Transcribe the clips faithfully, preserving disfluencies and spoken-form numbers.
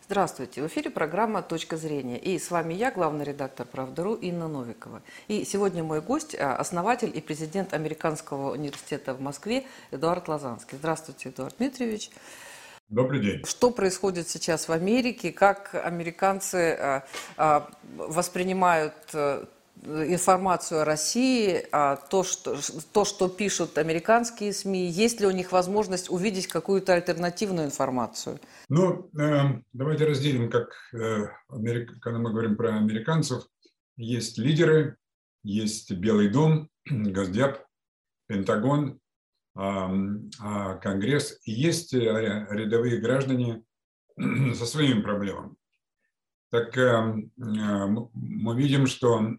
Здравствуйте! В эфире программа «Точка зрения». И с вами я, главный редактор «Правда.ру» Инна Новикова. И сегодня мой гость – основатель и президент Американского университета в Москве Эдуард Лазанский. Здравствуйте, Эдуард Дмитриевич. Добрый день. Что происходит сейчас в Америке? Как американцы воспринимают информацию о России, то что, то, что пишут американские СМИ? Есть ли у них возможность увидеть какую-то альтернативную информацию? Ну, э, давайте разделим, как, э, Америк... когда мы говорим про американцев, есть лидеры, есть Белый дом, Госдеп, Пентагон, э, э, Конгресс, и есть рядовые граждане со своими проблемами. Так э, э, мы видим, что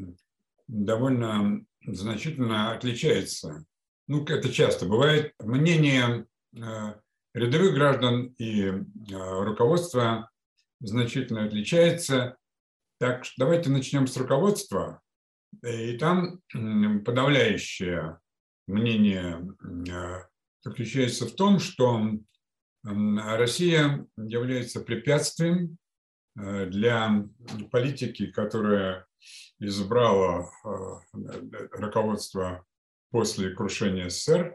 довольно значительно отличается, ну, это часто бывает, мнение э, рядовых граждан и э, руководства значительно отличается. Так что давайте начнем с руководства. И там подавляющее мнение э, заключается в том, что э, Россия является препятствием э, для политики, которая избрала э, руководство после крушения СССР.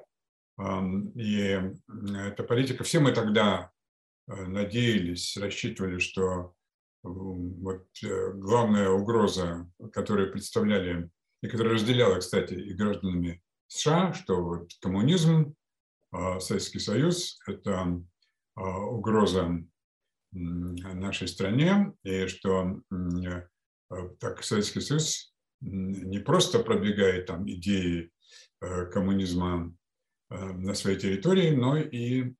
И эта политика, все мы тогда надеялись, рассчитывали, что вот главная угроза, которую представляли и которая разделяла, кстати, и гражданами США, что вот коммунизм, Советский Союз – это угроза нашей стране, и что так Советский Союз не просто продвигает там идеи коммунизма на своей территории, но и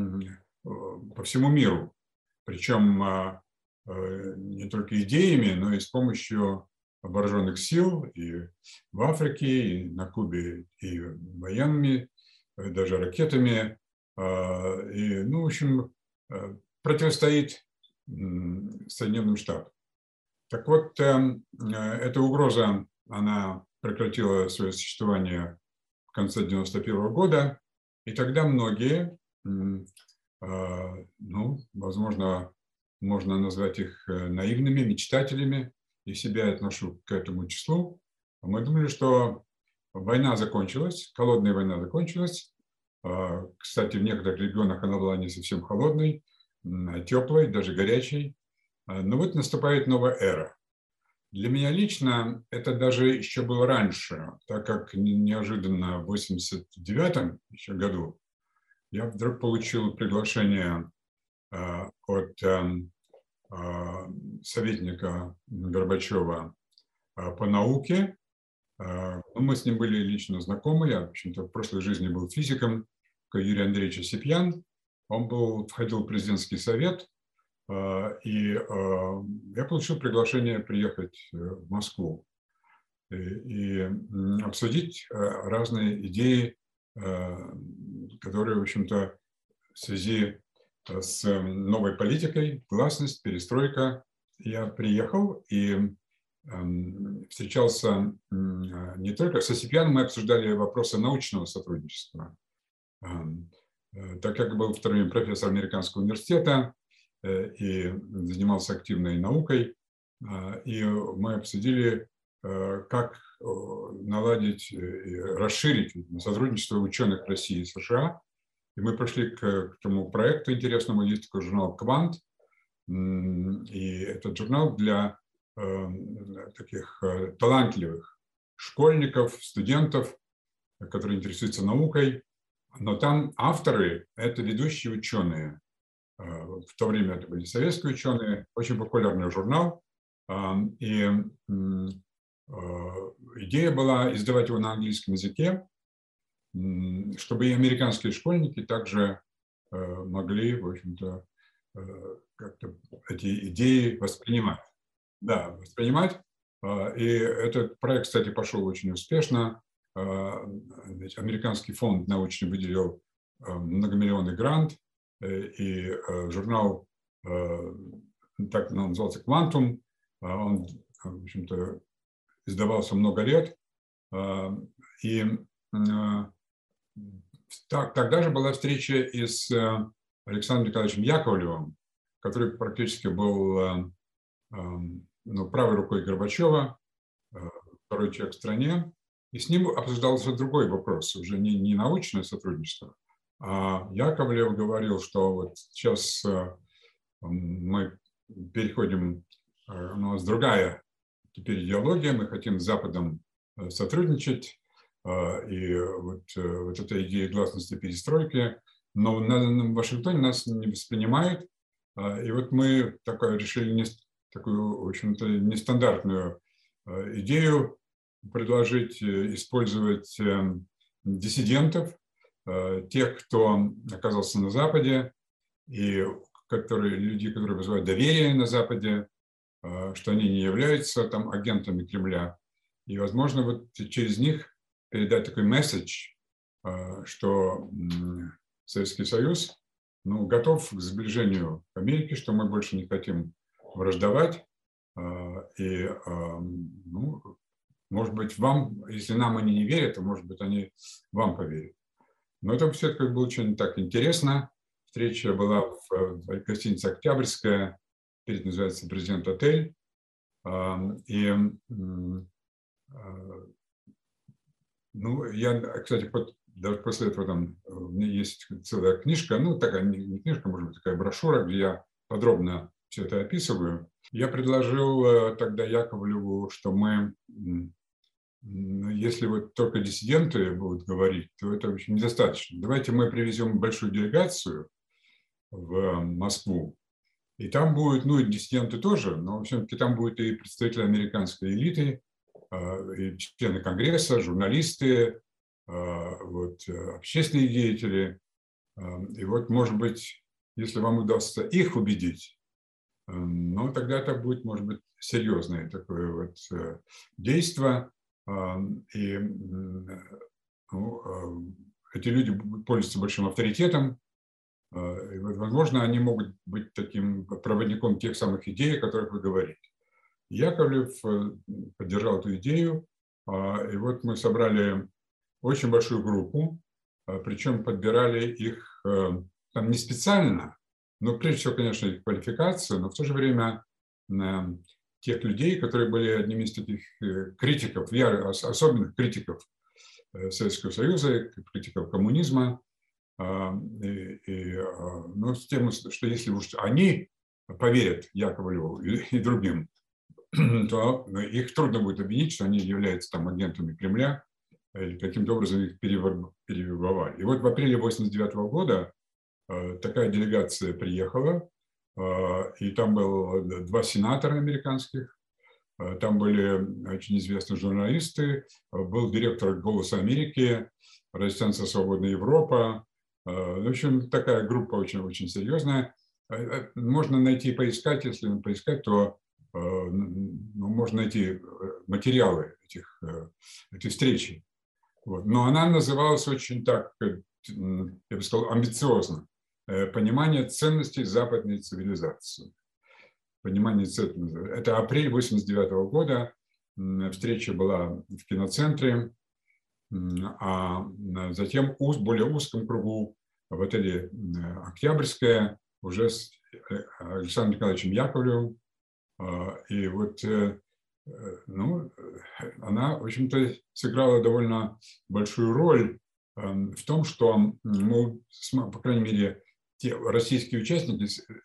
по всему миру. Причем не только идеями, но и с помощью вооруженных сил и в Африке, и на Кубе, и военными, даже ракетами. И, ну, в общем, противостоит Соединенным Штатам. Так вот, эта угроза, она прекратила свое существование в конце девяносто первого года, и тогда многие, ну, возможно, можно назвать их наивными мечтателями, и себя я отношу к этому числу. Мы думали, что война закончилась, холодная война закончилась. Кстати, в некоторых регионах она была не совсем холодной, а теплой, даже горячей. Но вот наступает новая эра. Для меня лично это даже еще было раньше, так как неожиданно в восемьдесят девятом еще году я вдруг получил приглашение от советника Горбачева по науке. Мы с ним были лично знакомы. Я, в общем-то, в прошлой жизни был физиком, Юрий Андреевич Осипьян. Он был, входил в президентский совет. И я получил приглашение приехать в Москву и, и обсудить разные идеи, которые, в общем-то, в связи с новой политикой, гласность, перестройка. Я приехал и встречался не только с Осипьяном, мы обсуждали вопросы научного сотрудничества. Так как был вторым профессором Американского университета, и занимался активной наукой, и мы обсудили, как наладить и расширить сотрудничество ученых России и США. И мы пришли к, к тому проекту интересному, есть такой журнал «Квант», и этот журнал для э, таких э, талантливых школьников, студентов, которые интересуются наукой, но там авторы – это ведущие ученые. В то время это были советские ученые, очень популярный журнал. И идея была издавать его на английском языке, чтобы и американские школьники также могли, в общем-то, как-то эти идеи воспринимать. Да, воспринимать. И этот проект, кстати, пошел очень успешно. Американский фонд научный выделил многомиллионный грант, и журнал, так назывался, «Квантум», он, в общем-то, издавался много лет. И так, тогда же была встреча и с Александром Николаевичем Яковлевым, который практически был ну, правой рукой Горбачева, второй человек в стране. И с ним обсуждался другой вопрос, уже не, не научное сотрудничество, а Яковлев говорил, что вот сейчас мы переходим, у нас другая теперь идеология, мы хотим с Западом сотрудничать, и вот, вот эта идея гласности перестройки, но в Вашингтоне нас не воспринимают, и вот мы такое решили не, такую, в общем-то, нестандартную идею предложить, использовать диссидентов, тех, кто оказался на Западе, и которые, люди, которые вызывают доверие на Западе, что они не являются там агентами Кремля. И, возможно, вот через них передать такой месседж, что Советский Союз ну, готов к сближению к Америке, что мы больше не хотим враждовать. И, ну, может быть, вам, если нам они не верят, то, может быть, они вам поверят. Но это все как было очень так интересно. Встреча была в гостинице «Октябрьская», теперь называется «Президент-отель». И, ну, я, кстати, даже после этого там у меня есть целая книжка, ну, такая не книжка, может быть, такая брошюра, где я подробно все это описываю. Я предложил тогда Яковлеву, что мы, если вот только диссиденты будут говорить, то это очень недостаточно. Давайте мы привезем большую делегацию в Москву, и там будут, ну, и диссиденты тоже, но все-таки там будут и представители американской элиты, и члены Конгресса, журналисты, вот, общественные деятели. И вот, может быть, если вам удастся их убедить, ну, тогда это будет, может быть, серьезное такое вот действие. И ну, эти люди пользуются большим авторитетом. И, возможно, они могут быть таким проводником тех самых идей, о которых вы говорите. Яковлев поддержал эту идею, и вот мы собрали очень большую группу, причем подбирали их там не специально, но прежде всего, конечно, их квалификацию, но в то же время тех людей, которые были одними из таких критиков, особенных критиков Советского Союза, критиков коммунизма, и, и, ну, с тем, что если уж они поверят Яковлеву и, и другим, то их трудно будет обвинить, что они являются там агентами Кремля или каким-то образом их перевербовали. И вот в апреле восемьдесят девятого года такая делегация приехала, и там было два сенатора американских, там были очень известные журналисты, был директор «Голоса Америки», радиостанция «Свободная Европа». В общем, такая группа очень-очень серьезная. Можно найти, поискать, если поискать, то ну, можно найти материалы этих, этой встречи. Вот. Но она называлась очень так, я бы сказал, амбициозно. «Понимание ценностей западной цивилизации». Понимание ценностей. Это апрель восемьдесят девятого года. Встреча была в киноцентре, а затем в более узком кругу в отеле «Октябрьская» уже с Александром Николаевичем Яковлевым. И вот ну, она, в общем-то, сыграла довольно большую роль в том, что, ну, по крайней мере, те российские участники,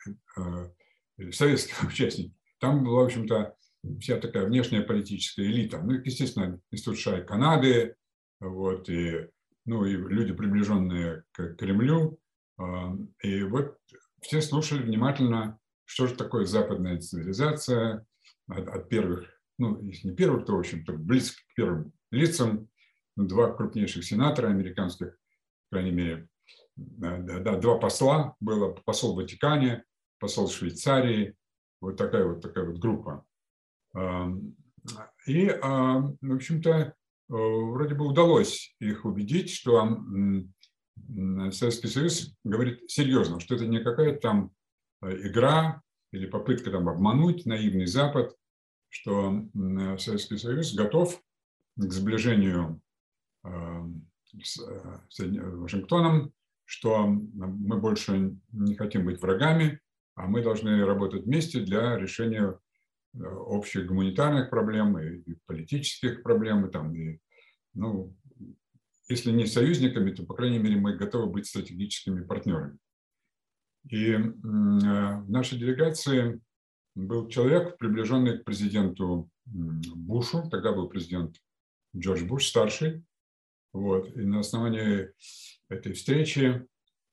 советские участники, там была, в общем-то, вся такая внешняя политическая элита. Ну, естественно, Институт США и Канады, вот, и, ну, и люди, приближенные к Кремлю. И вот все слушали внимательно, что же такое западная цивилизация от, от первых, ну, если не первых, то, в общем-то, близко к первым лицам. Два крупнейших сенатора американских, по крайней мере, да, да, два посла было, посол в Ватикане, посол в Швейцарии, вот такая вот такая вот группа. И, в общем-то, вроде бы удалось их убедить, что Советский Союз говорит серьезно, что это не какая-то там игра или попытка там обмануть наивный Запад, что Советский Союз готов к сближению с Вашингтоном, что мы больше не хотим быть врагами, а мы должны работать вместе для решения общих гуманитарных проблем и, и политических проблем, и, там, и, ну, если не союзниками, то, по крайней мере, мы готовы быть стратегическими партнерами. И в нашей делегации был человек, приближенный к президенту Бушу, тогда был президент Джордж Буш старший. Вот. И на основании этой встречи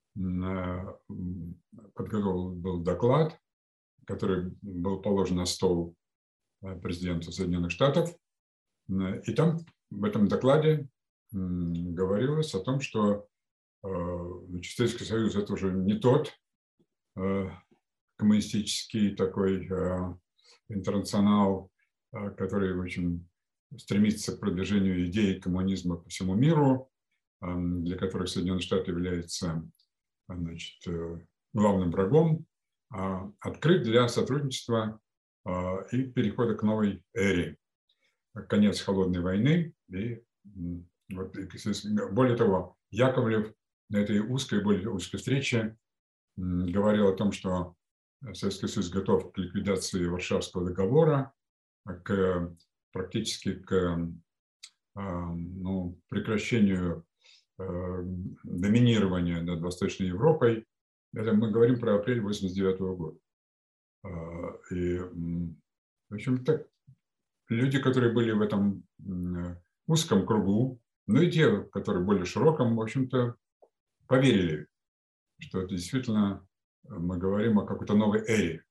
подготовлен был доклад, который был положен на стол президента Соединенных Штатов. И там в этом докладе говорилось о том, что значит, Советский Союз – это уже не тот коммунистический такой интернационал, который, в общем, стремится к продвижению идей коммунизма по всему миру, для которых Соединенные Штаты являются, значит, главным врагом, а открыт для сотрудничества и перехода к новой эре, конец холодной войны. И, вот, более того, Яковлев на этой узкой, более узкой встрече говорил о том, что Советский Союз готов к ликвидации Варшавского договора, к, практически к ну, прекращению доминирования над Восточной Европой. Это мы говорим про апрель восемьдесят девятого года. И, в общем, так, люди, которые были в этом узком кругу, ну и те, которые более широком, в общем-то, поверили, что это действительно мы говорим о какой-то новой эре.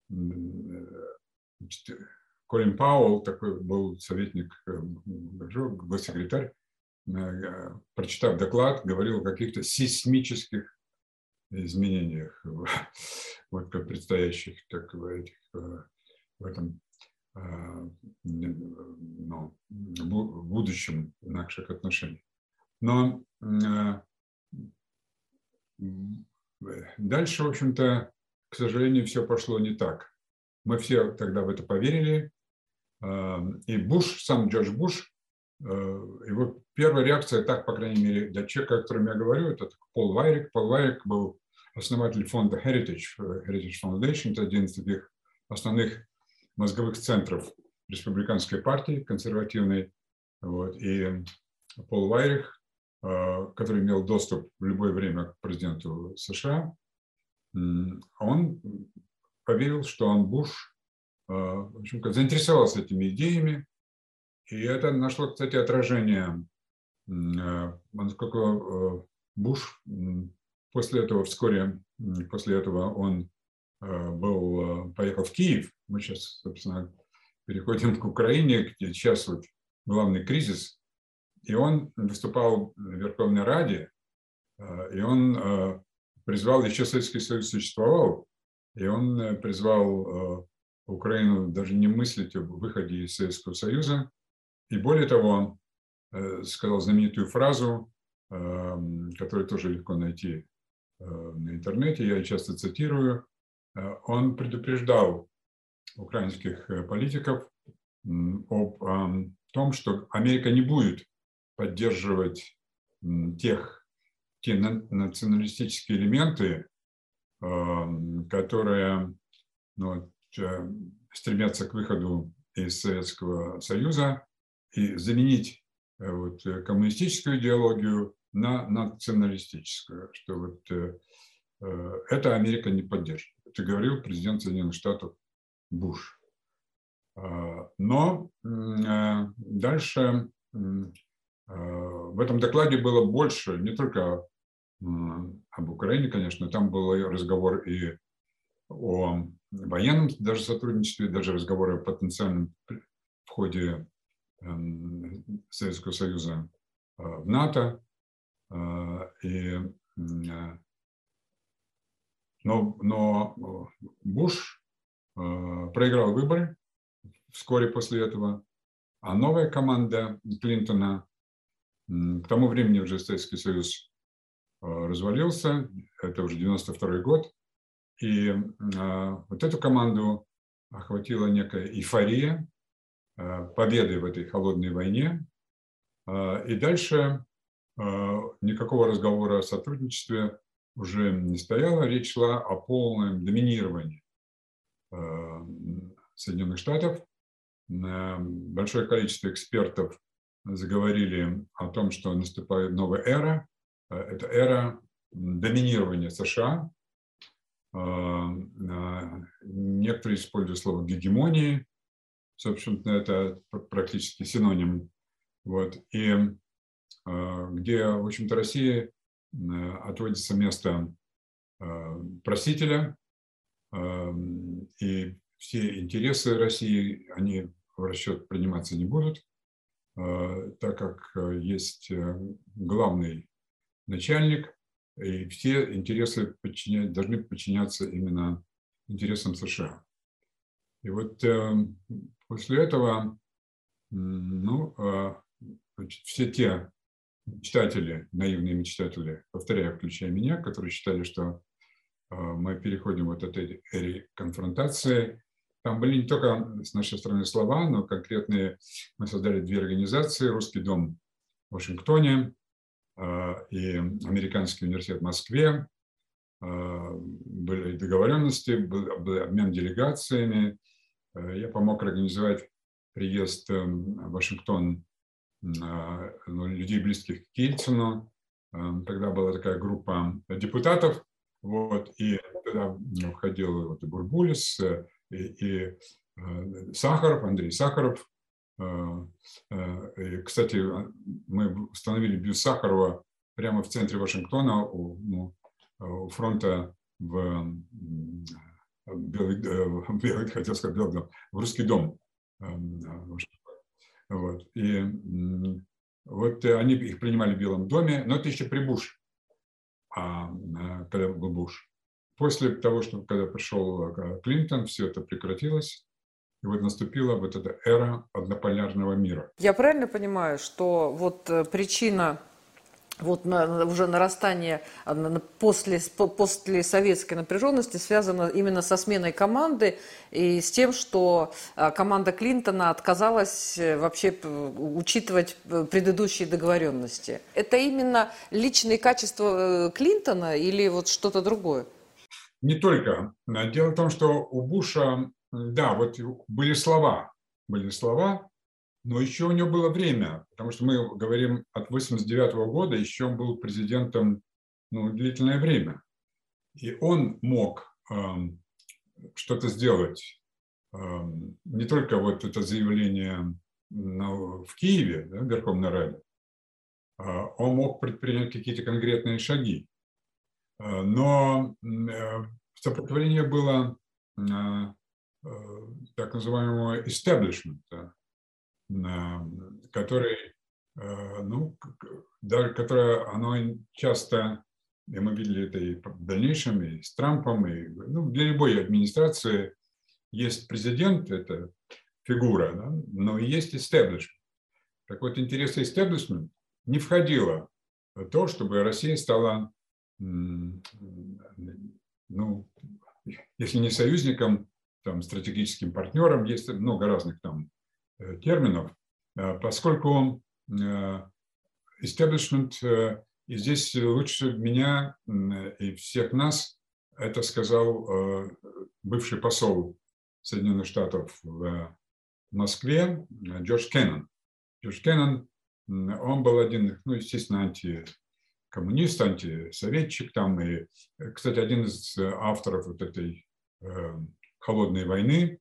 Колин Пауэлл, такой был советник, госсекретарь, прочитав доклад, говорил о каких-то сейсмических изменениях, вот как предстоящих, так этих, в этом ну, в будущем наших отношений. Но дальше, в общем-то, к сожалению, все пошло не так. Мы все тогда в это поверили. И Буш, сам Джордж Буш, его первая реакция, так, по крайней мере, для человека, о котором я говорю, это Пол Вайрик. Пол Вайрик был основатель фонда Heritage, Heritage Foundation, это один из таких основных мозговых центров республиканской партии, консервативной. Вот. И Пол Вайрих, который имел доступ в любое время к президенту США, он поверил, что он, Буш, в общем, заинтересовался этими идеями. И это нашло, кстати, отражение, насколько Буш после этого, вскоре после этого он был, поехал в Киев. Мы сейчас, собственно, переходим к Украине, где сейчас вот главный кризис. И он выступал в Верховной Раде, и он призвал, еще Советский Союз существовал, и он призвал Украину даже не мыслить об выходе из Советского Союза. И более того, он сказал знаменитую фразу, которую тоже легко найти на интернете, я ее часто цитирую. Он предупреждал украинских политиков об том, что Америка не будет поддерживать тех, те националистические элементы, которые, ну, стремятся к выходу из Советского Союза, и заменить вот коммунистическую идеологию на националистическую, что вот это Америка не поддержит. Это говорил президент Соединенных Штатов Буш. Но дальше в этом докладе было больше, не только об Украине, конечно, там был разговор и о военном даже сотрудничестве, даже разговоры о потенциальном входе Советского Союза в НАТО. И, но, но Буш проиграл выборы вскоре после этого, а новая команда Клинтона, к тому времени уже Советский Союз развалился, это уже девяносто второй год, и вот эту команду охватила некая эйфория победы в этой холодной войне, и дальше никакого разговора о сотрудничестве уже не стояла, речь шла о полном доминировании Соединенных Штатов. Большое количество экспертов заговорили о том, что наступает новая эра. Это эра доминирования США. Некоторые используют слово гегемонии. Собственно, это практически синоним. Вот. И где, в общем-то, России отводится место просителя, и все интересы России, они в расчет приниматься не будут, так как есть главный начальник, и все интересы подчинять, должны подчиняться именно интересам США. И вот после этого, ну, все те мечтатели, наивные мечтатели, повторяю, включая меня, которые считали, что мы переходим вот от этой эре конфронтации. Там были не только с нашей стороны слова, но конкретные. Мы создали две организации: Русский дом в Вашингтоне и Американский университет в Москве. Были договоренности, был обмен делегациями. Я помог организовать приезд в Вашингтон людей, близких к Ельцину. Тогда была такая группа депутатов. Вот, и туда входил вот и Бурбулис, и, и Сахаров, Андрей Сахаров. И, кстати, мы установили бюст Сахарова прямо в центре Вашингтона, у, ну, у фронта в Белый, Белый, хотел сказать, Белый дом, в Русский дом. Вот. И вот они их принимали в Белом доме, но это еще при Буше. А когда был Буш. После того, что когда пришел Клинтон, все это прекратилось, и вот наступила вот эта эра однополярного мира. Я правильно понимаю, что вот причина вот на, уже нарастания после, после советской напряженности связано именно со сменой команды и с тем, что команда Клинтона отказалась вообще учитывать предыдущие договоренности. Это именно личные качества Клинтона или вот что-то другое? Не только. Дело в том, что у Буша, да, вот были слова, были слова, но еще у него было время, потому что мы говорим от восемьдесят девятого года, еще он был президентом, ну, длительное время. И он мог э, что-то сделать. Э, не только вот это заявление на, в Киеве, да, в Верховной Раде, э, он мог предпринять какие-то конкретные шаги. Э, но э, сопротивление было э, э, так называемого истеблишмента, который, ну, даже которое оно часто, и мы видели это и в дальнейшем, и с Трампом, и, ну, для любой администрации есть президент, это фигура, да, но и есть истеблишмент. Так вот, интересы истеблишмента не входило в то, чтобы Россия стала, ну, если не союзником, там, стратегическим партнером, есть много разных там терминов, поскольку истеблишмент, и здесь лучше меня и всех нас, это сказал бывший посол Соединенных Штатов в Москве Джордж Кеннон. Джордж Кеннон, он был один, ну, естественно, антикоммунист, антисоветчик там, и, кстати, один из авторов вот этой холодной войны,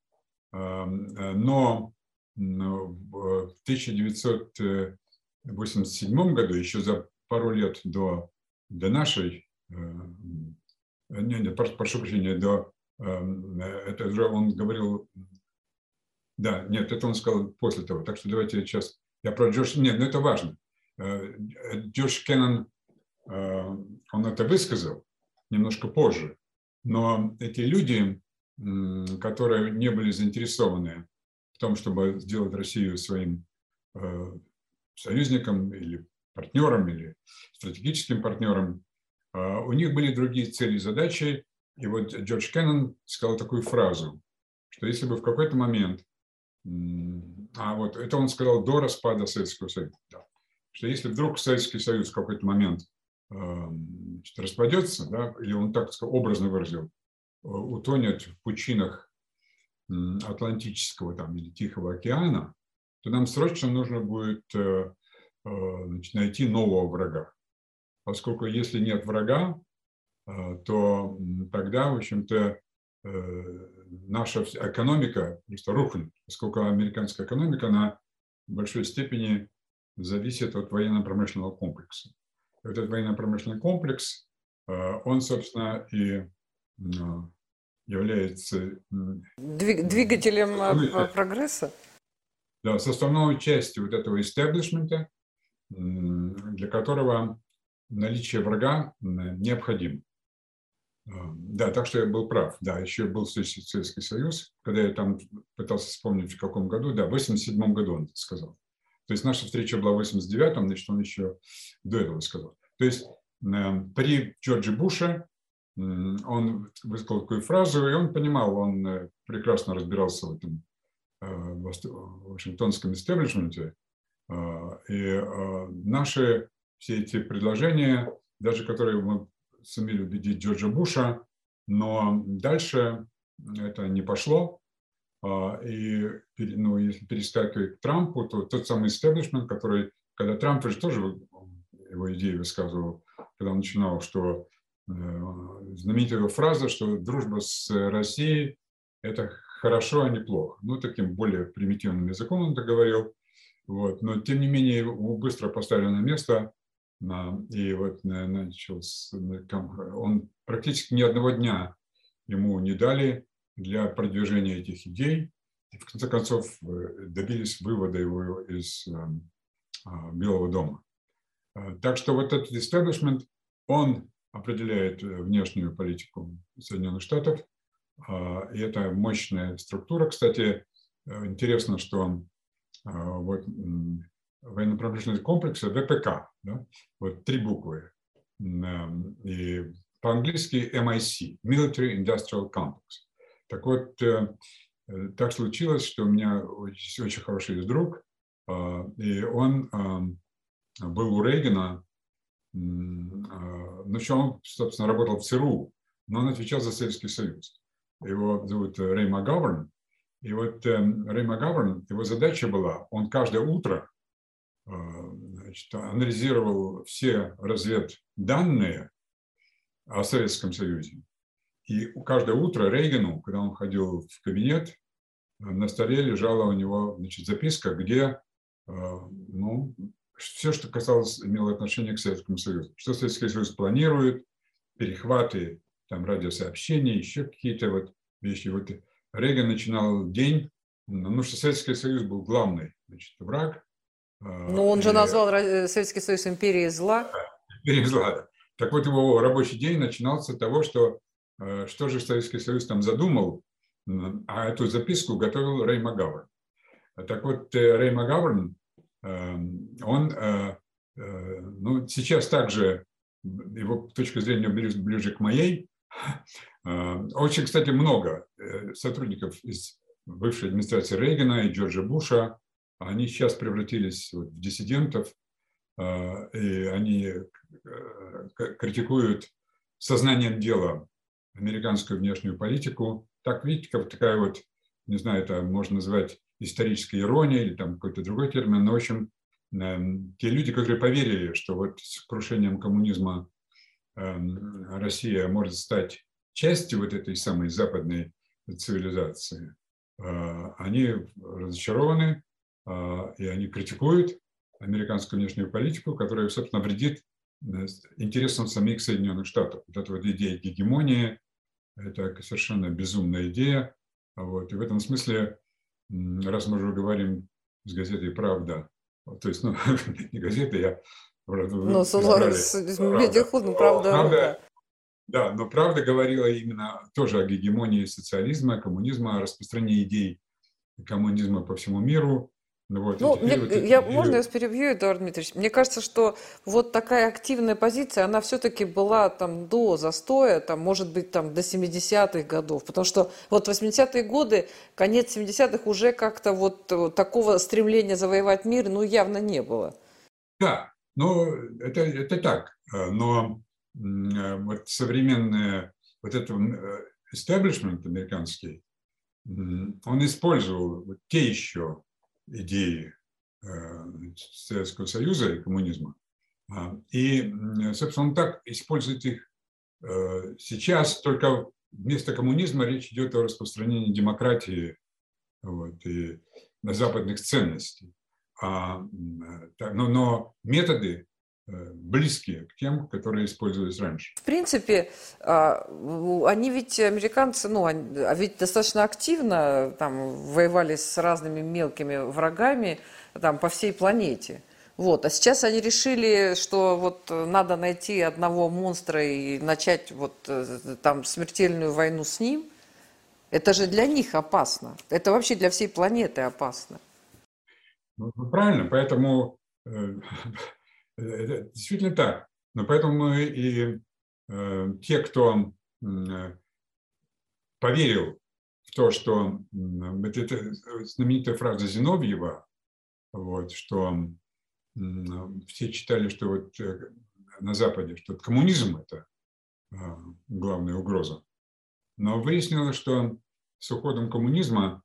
но в тысяча девятьсот восемьдесят седьмом году, еще за пару лет до, до нашей, не, не, прошу прощения, до, это уже он говорил, да, нет, это он сказал после того, так что давайте сейчас, я про Джордж, нет, но это важно. Джордж Кеннон, он это высказал немножко позже, но эти люди, которые не были заинтересованы в том, чтобы сделать Россию своим э, союзником или партнером, или стратегическим партнером, э, у них были другие цели и задачи. И вот Джордж Кеннон сказал такую фразу, что если бы в какой-то момент, э, а вот это он сказал до распада Советского Союза, да, что если вдруг Советский Союз в какой-то момент значит, распадется, да, или он, так сказать, образно выразил, утонет в пучинах Атлантического там, или Тихого океана, то нам срочно нужно будет значит, найти нового врага. Поскольку если нет врага, то тогда, в общем-то, наша экономика просто рухнет, поскольку американская экономика на большой степени зависит от военно-промышленного комплекса. И вот этот военно-промышленный комплекс, он, собственно, и является двигателем прогресса? Да, составной частью вот этого истеблишмента, для которого наличие врага необходимо. Да, так что я был прав. Да, еще был Советский Союз, когда я там пытался вспомнить, в каком году, да, в восемьдесят седьмом году он это сказал. То есть наша встреча была в восемьдесят девятом, значит, он еще до этого сказал. То есть при Джорджи Буше он высказал такую фразу, и он понимал, он прекрасно разбирался в этом в вашингтонском истеблишменте. И наши все эти предложения, даже которые мы сумели убедить Джорджа Буша, но дальше это не пошло. И ну, если перескакивать к Трампу, то тот самый истеблишмент, который, когда Трамп же тоже его идеи высказывал, когда он начинал, что знаменитая его фраза, что дружба с Россией – это хорошо, а не плохо. Ну, таким более примитивным языком он это говорил. Вот. Но, тем не менее, его быстро поставили на место. И вот начал, он практически ни одного дня ему не дали для продвижения этих идей. И в конце концов добились вывода его из Белого дома. Так что вот этот истеблишмент, он определяет внешнюю политику Соединенных Штатов. И это мощная структура. Кстати, интересно, что вот военно-промышленный комплекс вэ пэ ка, да? Вот три буквы. И по-английски эм ай си, Military Industrial Complex. Так вот, так случилось, что у меня очень хороший есть друг, и он был у Рейгана, ну, что он, собственно, работал в ЦРУ, но он отвечал за Советский Союз. Его зовут Рэй МакГоверн. И вот Рэй МакГоверн, его задача была, он каждое утро значит, анализировал все разведданные о Советском Союзе. И каждое утро Рейгану, когда он ходил в кабинет, на столе лежала у него, значит, записка, где ну, все, что касалось, имело отношение к Советскому Союзу. Что Советский Союз планирует, перехваты там, радиосообщений, еще какие-то вот вещи. Вот Рейган начинал день, ну, что Советский Союз был главный, значит, враг. Но он и... же назвал Советский Союз империей зла. Империей зла, да. Так вот, его рабочий день начинался с того, что что же Советский Союз там задумал, а эту записку готовил Рэй МакГоверн. Так вот, Рэй МакГоверн, он ну, сейчас также, его точка зрения ближе, ближе к моей. Очень, кстати, много сотрудников из бывшей администрации Рейгана и Джорджа Буша, они сейчас превратились в диссидентов, и они критикуют сознанием дела американскую внешнюю политику. Так, видите, как такая вот, не знаю, это можно назвать исторической иронией или там какой-то другой термин, но, в общем, те люди, которые поверили, что вот с крушением коммунизма Россия может стать частью вот этой самой западной цивилизации, они разочарованы, и они критикуют американскую внешнюю политику, которая, собственно, вредит интересам самих Соединенных Штатов. Вот эта вот идея гегемонии – это совершенно безумная идея. Вот. И в этом смысле, раз мы уже говорим с газетой «Правда», то есть, ну, не газета, я… Ну, с медиахудом, «Правда». «Правда», да, но «Правда» говорила именно тоже о гегемонии социализма, коммунизма, о распространении идей коммунизма по всему миру. Вот, ну, мне, вот я, идеи... Можно я вас перебью, Эдуард Дмитриевич? Мне кажется, что вот такая активная позиция, она все-таки была там до застоя, там, может быть, там, до семидесятых годов, потому что вот восьмидесятые годы, конец семидесятых уже как-то вот, вот такого стремления завоевать мир, ну, явно не было. Да, Ну, это, это так, но вот современный вот этот истеблишмент американский, он использовал вот те еще идеи Советского Союза и коммунизма, и, собственно, он так использует их сейчас, только вместо коммунизма речь идет о распространении демократии, вот, и западных ценностей. А, но, но методы близкие к тем, которые использовались раньше. В принципе, они ведь, американцы, ну, они, ведь достаточно активно там воевали с разными мелкими врагами там, по всей планете. Вот. А сейчас они решили, что вот надо найти одного монстра и начать вот там смертельную войну с ним. Это же для них опасно. Это вообще для всей планеты опасно. Ну, правильно, поэтому э, это действительно так. Но поэтому и э, те, кто э, поверил в то, что э, это знаменитая фраза Зиновьева, вот, что э, все читали, что вот э, на Западе, что коммунизм – это э, главная угроза. Но выяснилось, что с уходом коммунизма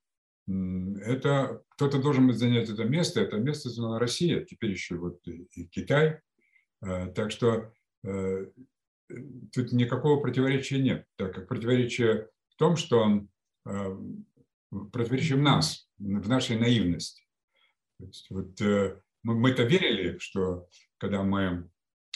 это кто-то должен занять это место. Это место заняла Россия, теперь еще вот и Китай. Так что тут никакого противоречия нет, так как противоречие в том, что противоречие в нас, в нашей наивности. То есть вот мы-то верили, что когда мы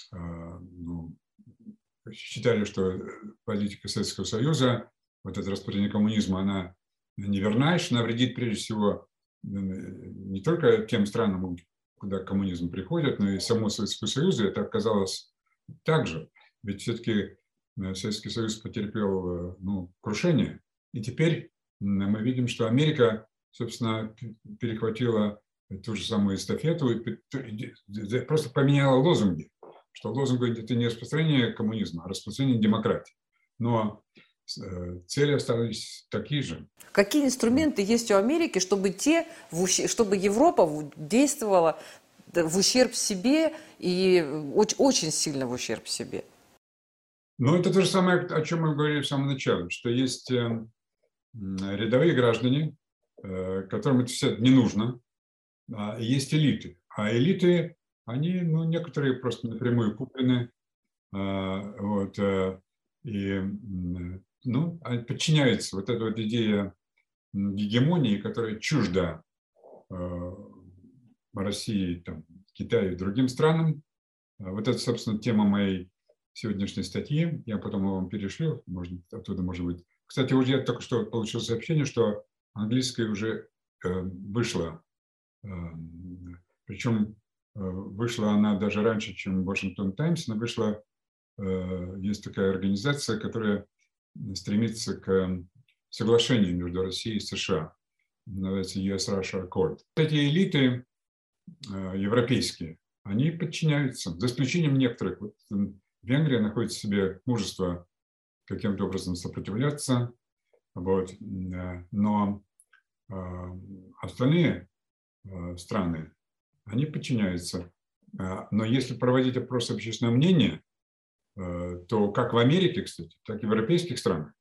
ну, считали, что политика Советского Союза, вот это распространение коммунизма, она неверна, что она вредит прежде всего не только тем странам, куда коммунизм приходит, но и самому Советскому Союзу. Это оказалось так же. Ведь все-таки Советский Союз потерпел ну, крушение. И теперь мы видим, что Америка, собственно, перехватила ту же самую эстафету и просто поменяла лозунги. Что лозунг это не распространение коммунизма, а распространение демократии. Но цели остались такие же. Какие инструменты есть у Америки, чтобы, те, чтобы Европа действовала в ущерб себе и очень сильно в ущерб себе? Ну, это то же самое, о чем мы говорили в самом начале, что есть рядовые граждане, которым это все не нужно, и есть элиты. А элиты, они, ну, некоторые просто напрямую куплены, вот, и, ну, подчиняются вот эта вот идея гегемонии, которая чужда России, там, Китаю и другим странам. Вот это, собственно, тема моей сегодняшней статьи. Я потом вам перешлю, может, оттуда, может быть. Кстати, уже я только что получил сообщение, что английская уже вышла. Причем вышла она даже раньше, чем Washington Times. Она вышла, есть такая организация, которая стремится к соглашению между Россией и США. Называется ю эс-Russia Accord. Эти элиты европейские, они подчиняются, за исключением некоторых. Вот Венгрия находит в себе мужество каким-то образом сопротивляться, вот. Но остальные страны, они подчиняются. Но если проводить опрос общественного мнения, то как в Америке, кстати, так и в европейских странах,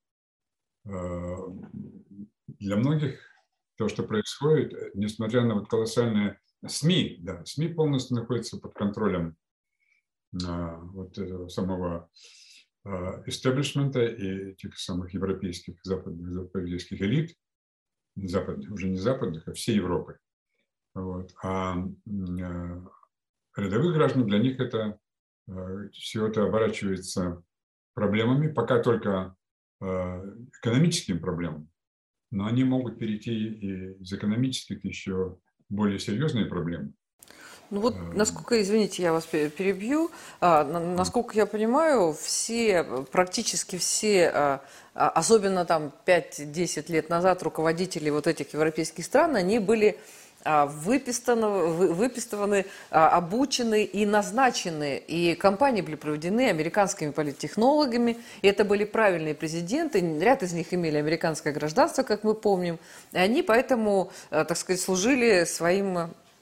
для многих то, что происходит, несмотря на вот колоссальные СМИ, да, СМИ полностью находятся под контролем вот этого самого истеблишмента и этих самых европейских, западных, западных элит, западных, уже не западных, а всей Европы. Вот. А рядовых граждан, для них это все это оборачивается проблемами, пока только экономическими проблемами, но они могут перейти и из экономических еще более серьезные проблемы. Ну вот, насколько, извините, я вас перебью, насколько я понимаю, все, практически все, особенно там пять-десять лет назад, руководители вот этих европейских стран, они были выписаны, выписаны, обучены и назначены. И кампании были проведены американскими политтехнологами. И это были правильные президенты. Ряд из них имели американское гражданство, как мы помним. И они поэтому, так сказать, служили своим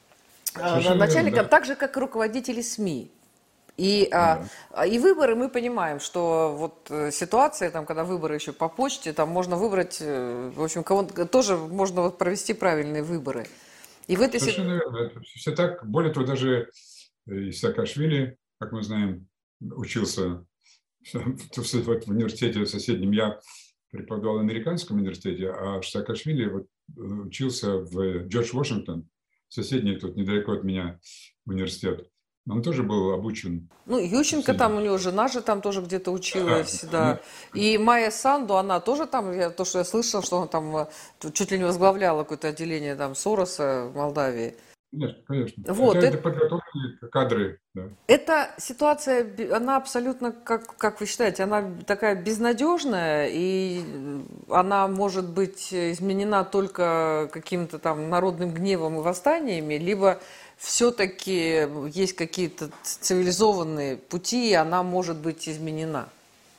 э, Совершенно верно, начальником, да. так же, как и руководители СМИ. И, а, Да. а, и выборы, мы понимаем, что вот э, ситуация, там, когда выборы еще по почте, там можно выбрать, э, в общем, кого тоже можно вот провести правильные выборы. И в этой Совершенно ситуации... верно. Это все так. Более того, даже и Саакашвили, как мы знаем, учился в, в, в университете соседнем. Я преподавал в американском университете, а Саакашвили вот учился в Джордж Вашингтон, соседний тут недалеко от меня университет. Он тоже был обучен. Ну, Ющенко Сильно. там, у него жена же там тоже где-то Да, училась, да. ну, И Майя Санду, она тоже там, я, то, что я слышала, что она там э, чуть ли не возглавляла какое-то отделение там Сороса в Молдавии. конечно, конечно. Это, Вот, это это, подготовленные кадры. Да. эта ситуация, бе- она абсолютно, как, как вы считаете, она такая безнадежная, и она может быть изменена только каким-то там народным гневом и восстаниями, либо все-таки есть какие-то цивилизованные пути, и она может быть изменена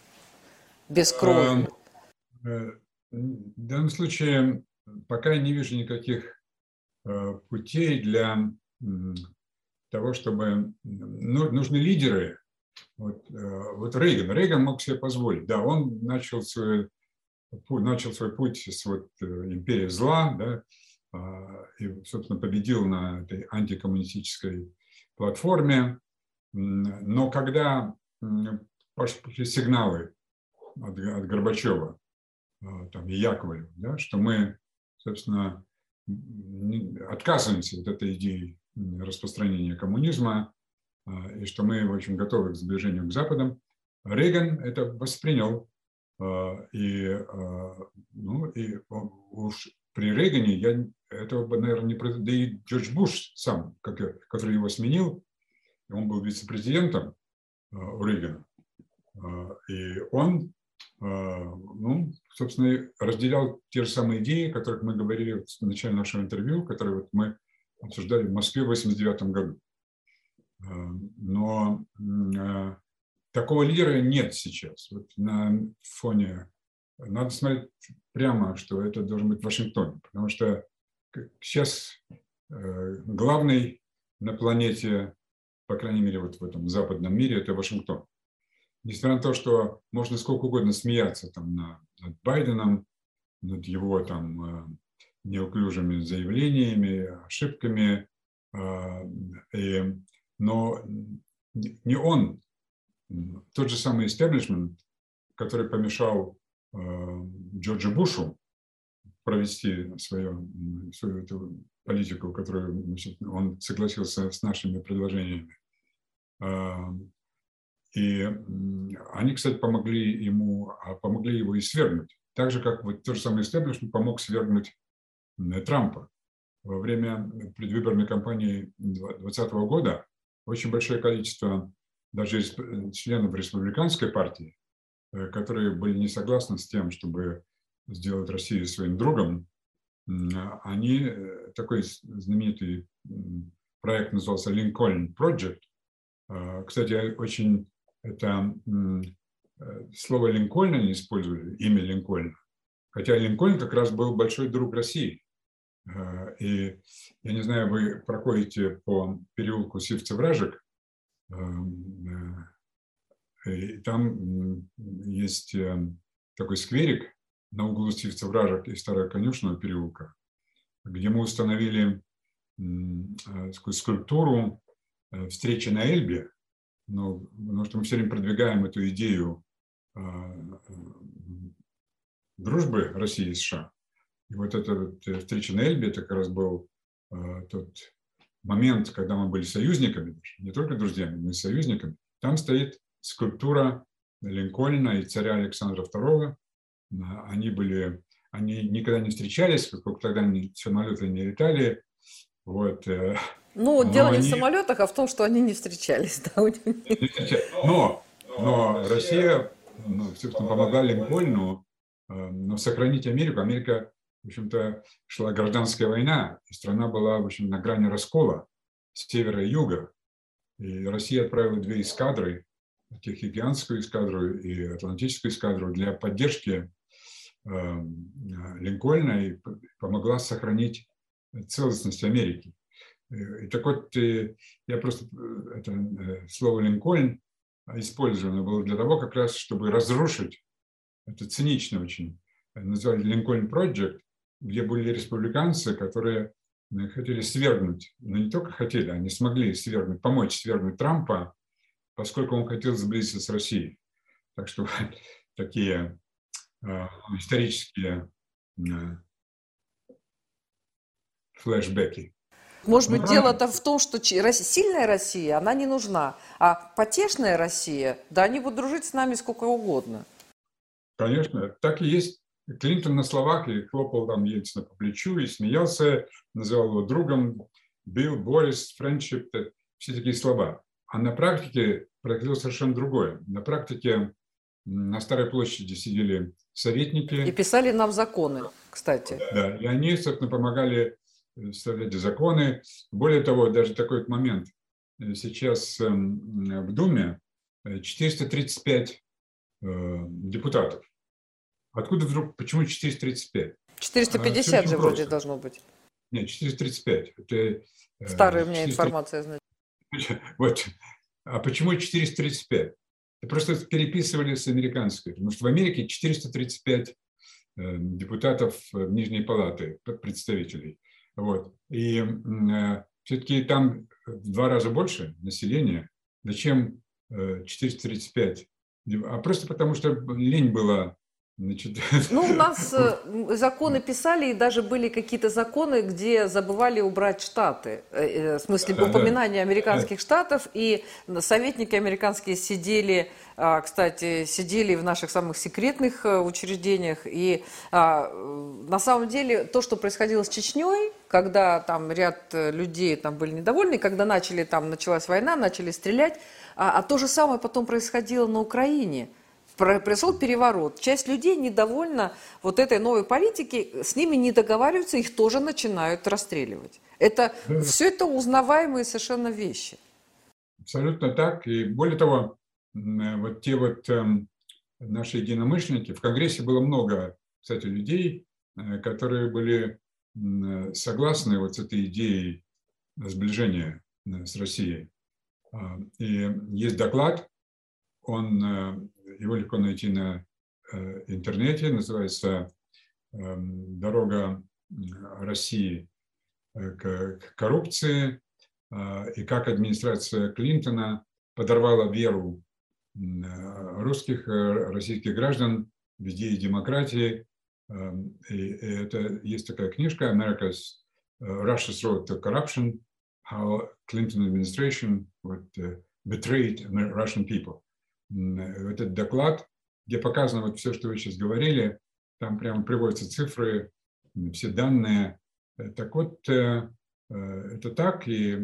без крови. В данном случае пока я не вижу никаких путей для того, чтобы... Ну, нужны лидеры. Вот, вот Рейган. Рейган мог себе позволить. Да, он начал свой, начал свой путь с вот империи зла, да, и, собственно, победил на этой антикоммунистической платформе. Но когда пошли сигналы от, от Горбачева там, и Яковлева, да, что мы, собственно, отказываемся от этой идеи распространения коммунизма, и что мы, в общем, готовы к сближению к Западам, Рейган это воспринял. И, ну, и уж при Рейгане я этого бы, наверное, не... Да и Джордж Буш сам, который его сменил, он был вице-президентом у Рейгана, и он, ну, собственно, разделял те же самые идеи, о которых мы говорили в начале нашего интервью, которые вот мы обсуждали в Москве в восемьдесят девятом году. Но такого лидера нет сейчас. Вот на фоне... Надо смотреть прямо, что это должен быть Вашингтон, потому что сейчас главный на планете, по крайней мере, вот в этом западном мире, это Вашингтон. Несмотря на то, что можно сколько угодно смеяться там, над Байденом, над его там, неуклюжими заявлениями, ошибками, и, но не он, тот же самый истеблишмент, который помешал Джорджу Бушу провести свою, свою эту политику, которую, значит, он согласился с нашими предложениями. И они, кстати, помогли ему, помогли его и свергнуть. Так же, как вот тот же самый истеблишмент помог свергнуть Трампа. Во время предвыборной кампании двадцатого года очень большое количество даже членов республиканской партии, которые были не согласны с тем, чтобы сделать Россию своим другом, они, такой знаменитый проект назывался Lincoln Project. Кстати, очень это слово Линкольна не использовали, имя Линкольна, хотя Линкольн как раз был большой друг России. И, я не знаю, вы проходите по переулку Сивцев-Вражек, и там есть такой скверик на углу Сивцев-Вражек и Старого Конюшенного переулка, где мы установили такую скульптуру встречи на Эльбе, но, потому что мы все время продвигаем эту идею дружбы России и США. И вот эта вот встреча на Эльбе, это как раз был тот момент, когда мы были союзниками, не только друзьями, но и союзниками. Там стоит скульптура Линкольна и царя Александра второго. Они были, они никогда не встречались, поскольку тогда самолеты не летали. Вот. Ну, но дело не они... в самолетах, а в том, что они не встречались. Да? Но, но Россия, ну, собственно, помогла Линкольну но сохранить Америку. Америка, в общем-то, шла гражданская война, и страна была, в общем, на грани раскола с севера и юга. И Россия отправила две эскадры, Тихоокеанскую эскадру и Атлантическую эскадру, для поддержки Линкольна и помогла сохранить целостность Америки. И так вот, я просто это слово «Линкольн» использовано было для того, как раз, чтобы разрушить, это цинично очень, называли «Линкольн Project», где были республиканцы, которые хотели свергнуть, но не только хотели, они смогли свергнуть, помочь свергнуть Трампа, поскольку он хотел сблизиться с Россией. Так что такие э, исторические э, флешбеки. Может Ну, быть, дело-то в том, что сильная Россия, она не нужна, а потешная Россия, да, они будут дружить с нами сколько угодно. Конечно, так и есть. Клинтон на словах и хлопал там Ельцина по плечу и смеялся, называл его другом, Билл, Борис, friendship, все такие слова. А на практике происходило совершенно другое. На практике на Старой площади сидели советники. И писали нам законы, кстати. Да, и они, собственно, помогали составлять законы. Более того, даже такой вот момент. Сейчас в Думе четыреста тридцать пять депутатов. Откуда вдруг, почему четыреста тридцать пять? четыреста пятьдесят же вроде должно быть. Нет, четыреста тридцать пять. Это, Старая у меня информация, значит. Вот. А почему четыреста тридцать пять? Это просто переписывали с американской. Потому что в Америке четыреста тридцать пять депутатов Нижней палаты, представителей. Вот. И все-таки там в два раза больше населения. Зачем четыреста тридцать пять? А просто потому, что лень была. Значит, ну, у нас законы писали, и даже были какие-то законы, где забывали убрать штаты. В смысле, да, упоминание да. американских штатов, и советники американские сидели, кстати, сидели в наших самых секретных учреждениях. И на самом деле то, что происходило с Чечней, когда там ряд людей там были недовольны, когда начали, там началась война, начали стрелять, а, а то же самое потом происходило на Украине. Произошел переворот. Часть людей недовольна вот этой новой политики, с ними не договариваются, их тоже начинают расстреливать. Это, да. Все это узнаваемые совершенно вещи. Абсолютно так. И более того, вот те вот э, наши единомышленники, в Конгрессе было много, кстати, людей, э, которые были э, согласны вот с этой идеей сближения э, с Россией. Э, и есть доклад, он... Э, его легко найти на э, интернете, называется э, «Дорога России к, к коррупции» э, и как администрация Клинтона подорвала веру э, русских, э, российских граждан в идеи демократии. Э, и, и это есть такая книжка «America's Russia's Road to Corruption: How Clinton Administration what, uh, Betrayed Russian People». Этот доклад, где показано вот все, что вы сейчас говорили, там прямо приводятся цифры, все данные. Так вот, это так, и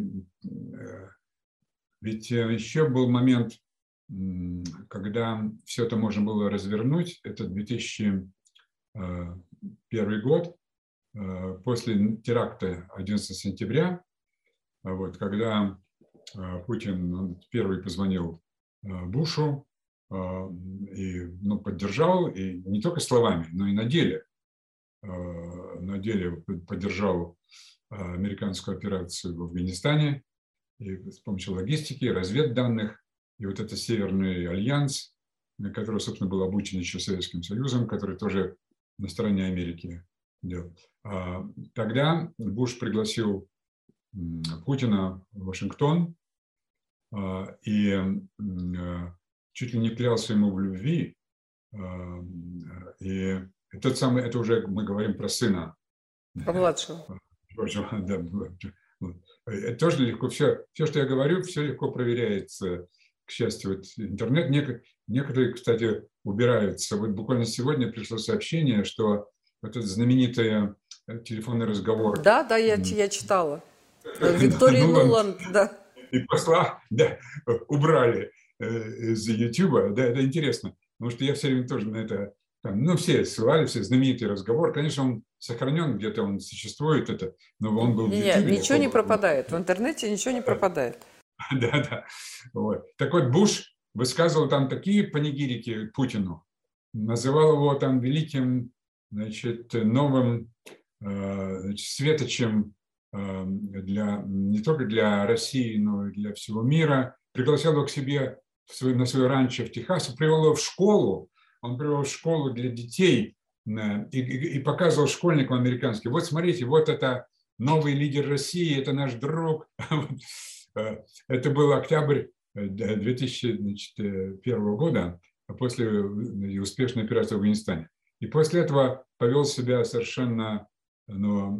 ведь еще был момент, когда все это можно было развернуть, это две тысячи первый год, после теракта одиннадцатого сентября, вот, когда Путин первый позвонил Бушу и ну, поддержал, и не только словами, но и на деле. На деле поддержал американскую операцию в Афганистане и с помощью логистики, разведданных, и вот это Северный альянс, который, собственно, был обучен еще Советским Союзом, который тоже на стороне Америки делал. Тогда Буш пригласил Путина в Вашингтон, и чуть ли не клялся ему в любви. И тот самый, это уже мы говорим про сына. Про младшего. Да, это тоже легко. Все, все, что я говорю, все легко проверяется. К счастью, вот интернет. Некоторые, кстати, убираются. Вот буквально сегодня пришло сообщение, что вот этот знаменитый телефонный разговор. Да, да, я, я читала. Виктория Нуланд, да. И посла, да, убрали из Ютуба, да, это интересно, потому что я все время тоже на это, там, ну, все ссылали, все знаменитый разговор, конечно, он сохранен, где-то он существует, это, но он был в Ютубе. Нет, ничего не пропадает, в интернете ничего не пропадает. Да, да, вот. Так вот, Буш высказывал там такие панигирики Путину, называл его там великим, значит, новым, значит, светочем для, не только для России, но и для всего мира. Пригласил его к себе в свой, на свое ранчо в Техасе, привел его в школу. Он привел в школу для детей и, и, и показывал школьникам американским. Вот смотрите, вот это новый лидер России, это наш друг. Это был октябрь две тысячи первого года, после успешной операции в Афганистане. И после этого повел себя совершенно, ну,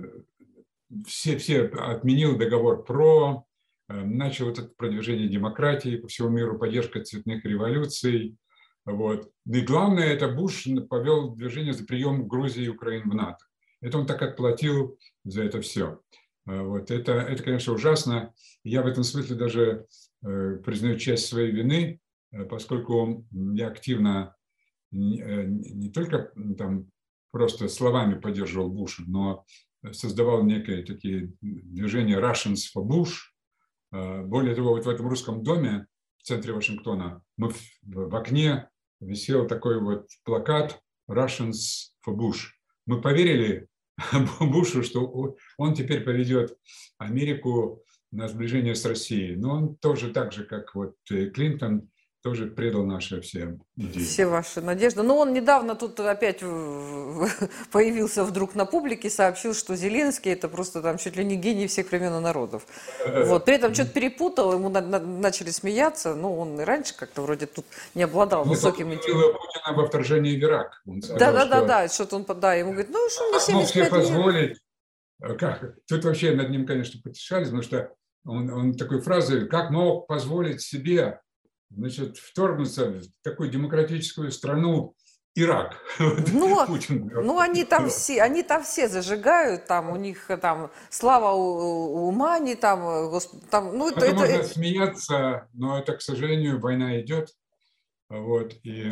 все, все отменил договор ПРО, начал вот это продвижение демократии по всему миру, поддержка цветных революций. Вот. И главное, это Буш повел движение за прием Грузии и Украины в НАТО. Это он так отплатил за это все. Вот. Это, это, конечно, ужасно. Я в этом смысле даже э, признаю часть своей вины, поскольку я активно не, не только там просто словами поддерживал Буша, но создавал некие такие движения Russians for Bush. Более того, вот в этом русском доме в центре Вашингтона мы в, в окне висел такой вот плакат Russians for Bush. Мы поверили Бушу, что он теперь поведет Америку на сближение с Россией. Но он тоже так же, как вот Клинтон, тоже предал наши все идеи. Все ваши надежды. Но он недавно тут опять появился вдруг на публике, сообщил, что Зеленский это просто там чуть ли не гений всех времен и народов. Вот. При этом что-то перепутал, ему на- на- начали смеяться. Ну, он и раньше как-то вроде тут не обладал высоким интеллектом. Путина во вторжении в Ирак. Он сказал, Да, да, да, что да. Что-то он, да, ему говорит, ну, что мне как мог себе семьдесят пять лет. позволить. Как? Тут вообще над ним, конечно, потешались, потому что он, он такой фразой, как мог позволить себе, значит, вторгнуться в такую демократическую страну Ирак. Ну, Путин. ну они там все, они там все зажигают, там у них там слава у, у Мани, там, госп... там, ну это, Это можно это... смеяться, но это, к сожалению, война идет. Вот, и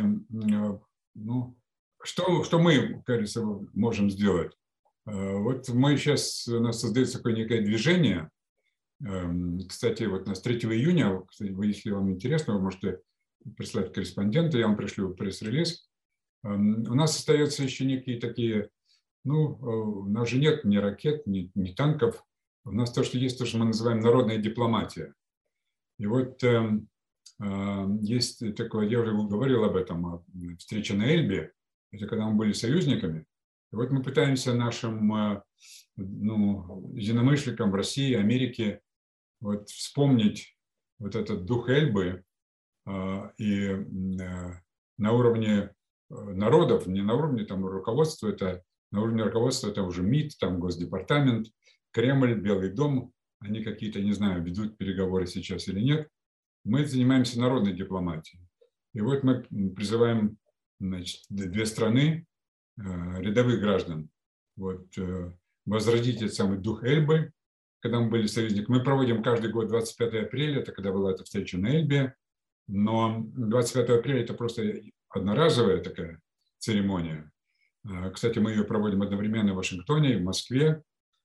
ну, что, что мы, кажется, можем сделать? Вот мы сейчас, у нас создается такое некое движение. Кстати, вот у нас третьего июня, кстати, вы, если вам интересно, вы можете прислать корреспондента, я вам пришлю пресс-релиз. У нас остаются еще некие такие, ну, у нас же нет ни ракет, ни, ни танков. У нас то, что есть, то, что мы называем народная дипломатия. И вот э, э, есть такое, я уже говорил об этом, встреча на Эльбе, это когда мы были союзниками. И вот мы пытаемся нашим э, ну, единомышленникам в России, Америке вот вспомнить вот этот дух Эльбы э, и э, на уровне народов, не на уровне там руководства, это на уровне руководства это уже МИД, там Госдепартамент, Кремль, Белый дом, они какие-то, не знаю, ведут переговоры сейчас или нет. Мы занимаемся народной дипломатией. И вот мы призываем, значит, две страны, э, рядовых граждан, вот, э, возродить этот самый дух Эльбы, когда мы были союзниками. Мы проводим каждый год двадцать пятого апреля, это когда была эта встреча на Эльбе, но двадцать пятого апреля это просто одноразовая такая церемония. Кстати, мы ее проводим одновременно в Вашингтоне и в Москве.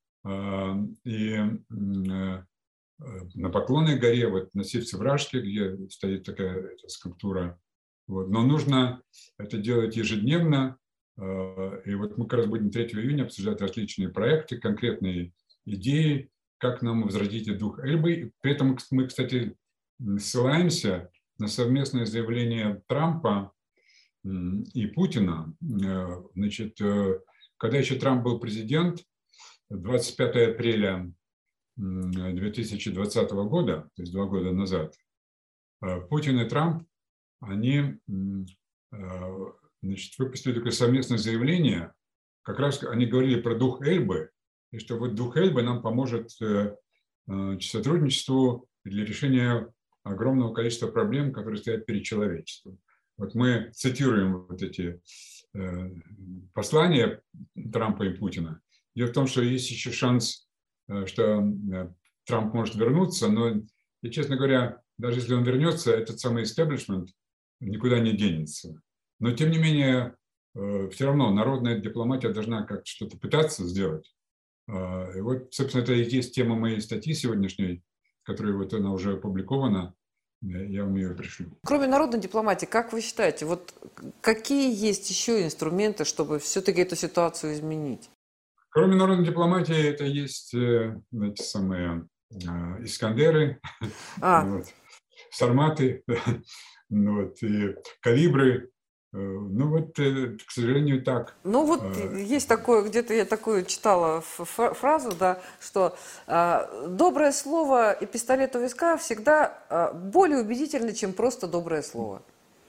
И на Поклонной горе, вот на Сивце-Вражке, где стоит такая скульптура. Вот. Но нужно это делать ежедневно. И вот мы как раз будем третьего июня обсуждать различные проекты, конкретные идеи, как нам возродить дух Эльбы. При этом мы, кстати, ссылаемся на совместное заявление Трампа и Путина. Значит, когда еще Трамп был президент, двадцать пятого апреля две тысячи двадцатого года, то есть два года назад, Путин и Трамп, они, значит, выпустили такое совместное заявление, как раз они говорили про дух Эльбы, и что вот дух Эльбы нам поможет сотрудничеству для решения огромного количества проблем, которые стоят перед человечеством. Вот мы цитируем вот эти э, послания Трампа и Путина. Дело в том, что есть еще шанс, э, что э, Трамп может вернуться, но, и, честно говоря, даже если он вернется, этот самый истеблишмент никуда не денется. Но, тем не менее, э, все равно народная дипломатия должна как-то что-то пытаться сделать. Э, и вот, собственно, это и есть тема моей статьи сегодняшней, которая вот она уже опубликована. Я вам ее пришлю. Кроме народной дипломатии, как вы считаете, вот какие есть еще инструменты, чтобы все-таки эту ситуацию изменить? Кроме народной дипломатии, это есть э, эти самые э, Искандеры, А, вот, Сарматы, ну, вот, и Калибры. Э, Ну вот, э, к сожалению, так. ну вот Э, есть такое, где-то я такую читала ф- фра- фразу, да, что а, доброе слово и пистолет у виска всегда а, более убедительны, чем просто доброе слово.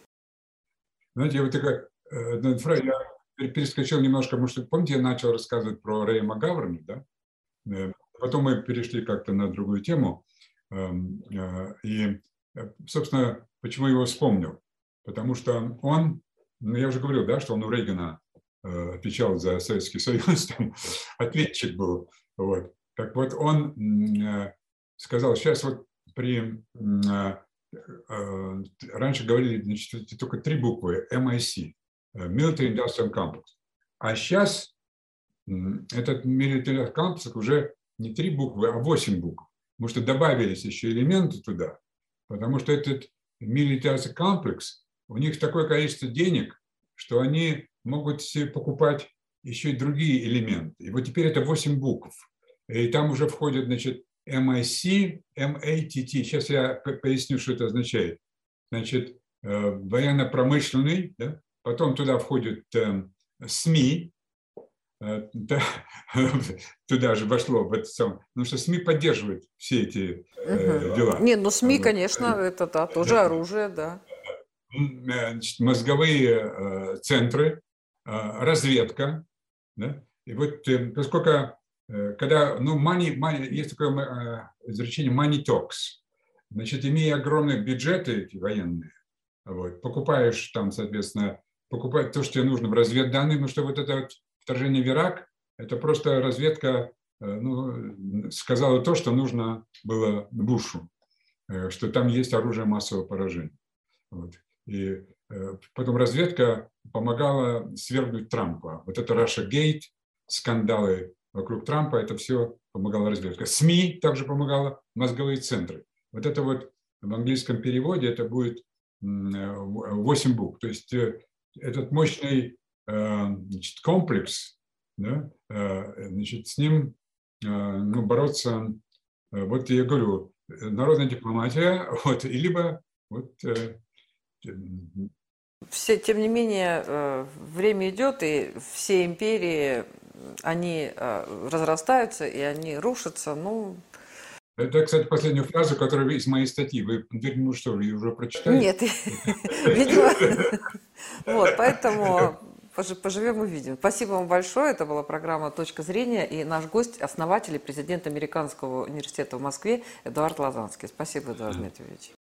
Знаете, я вот такая, э, одна фраза, я пер- перескочил немножко, потому что, помните, я начал рассказывать про Рэя МcГаверна, да? Э, Потом мы перешли как-то на другую тему. Эм, э, И, э, собственно, почему я его вспомнил? Потому что он, ну, я уже говорил, да, что он у Рейгана э, отвечал за Советский Союз, там, ответчик был. Вот. Так вот, он м, э, сказал, сейчас вот при... м, э, э, Раньше говорили, значит, только три буквы, эм ай си, э, Military Industrial Complex. А сейчас м, этот Military Complex уже не три буквы, а восемь букв. Потому что добавились еще элементы туда. Потому что этот Military Complex, у них такое количество денег, что они могут себе покупать еще и другие элементы. И вот теперь это восемь букв. И там уже входят, значит, эм ай си, эм эй ти ти. Сейчас я поясню, что это означает. Значит, э, военно-промышленный, да? Потом туда входят э, СМИ, э, да, туда же вошло, в это самое, потому что СМИ поддерживают все эти э, Мгм. дела. Не, ну СМИ, Вот. конечно, это да, тоже оружие, да. М, э, значит, мозговые э, центры, э, разведка. Да? И вот э, поскольку, э, когда, ну, money, money, есть такое э, изречение money talks, значит, имея огромные бюджеты эти военные, вот, покупаешь там, соответственно, покупать то, что тебе нужно в разведданные, потому что вот это вот вторжение в Ирак, это просто разведка, э, ну, сказала то, что нужно было Бушу, э, что там есть оружие массового поражения. Вот. И э, потом разведка помогала свергнуть Трампа. Вот это Russia Gate, скандалы вокруг Трампа, это все помогала разведка. СМИ также помогала, мозговые центры. Вот это вот в английском переводе это будет восемь букв. То есть э, этот мощный э, значит, комплекс, да, э, значит, с ним э, ну, бороться, э, вот я говорю, народная дипломатия, вот, и либо вот, э, Все, тем не менее, э, время идет, и все империи, они э, разрастаются, и они рушатся. Ну, это, кстати, последняя фраза, которая из моей статьи. Вы, ну что, вы уже прочитали? нет, видимо, вот, поэтому поживем увидим. Спасибо вам большое. Это была программа «Точка зрения», и наш гость, основатель и президент Американского университета в Москве Эдуард Лазанский. Спасибо, Эдуард Дмитриевич.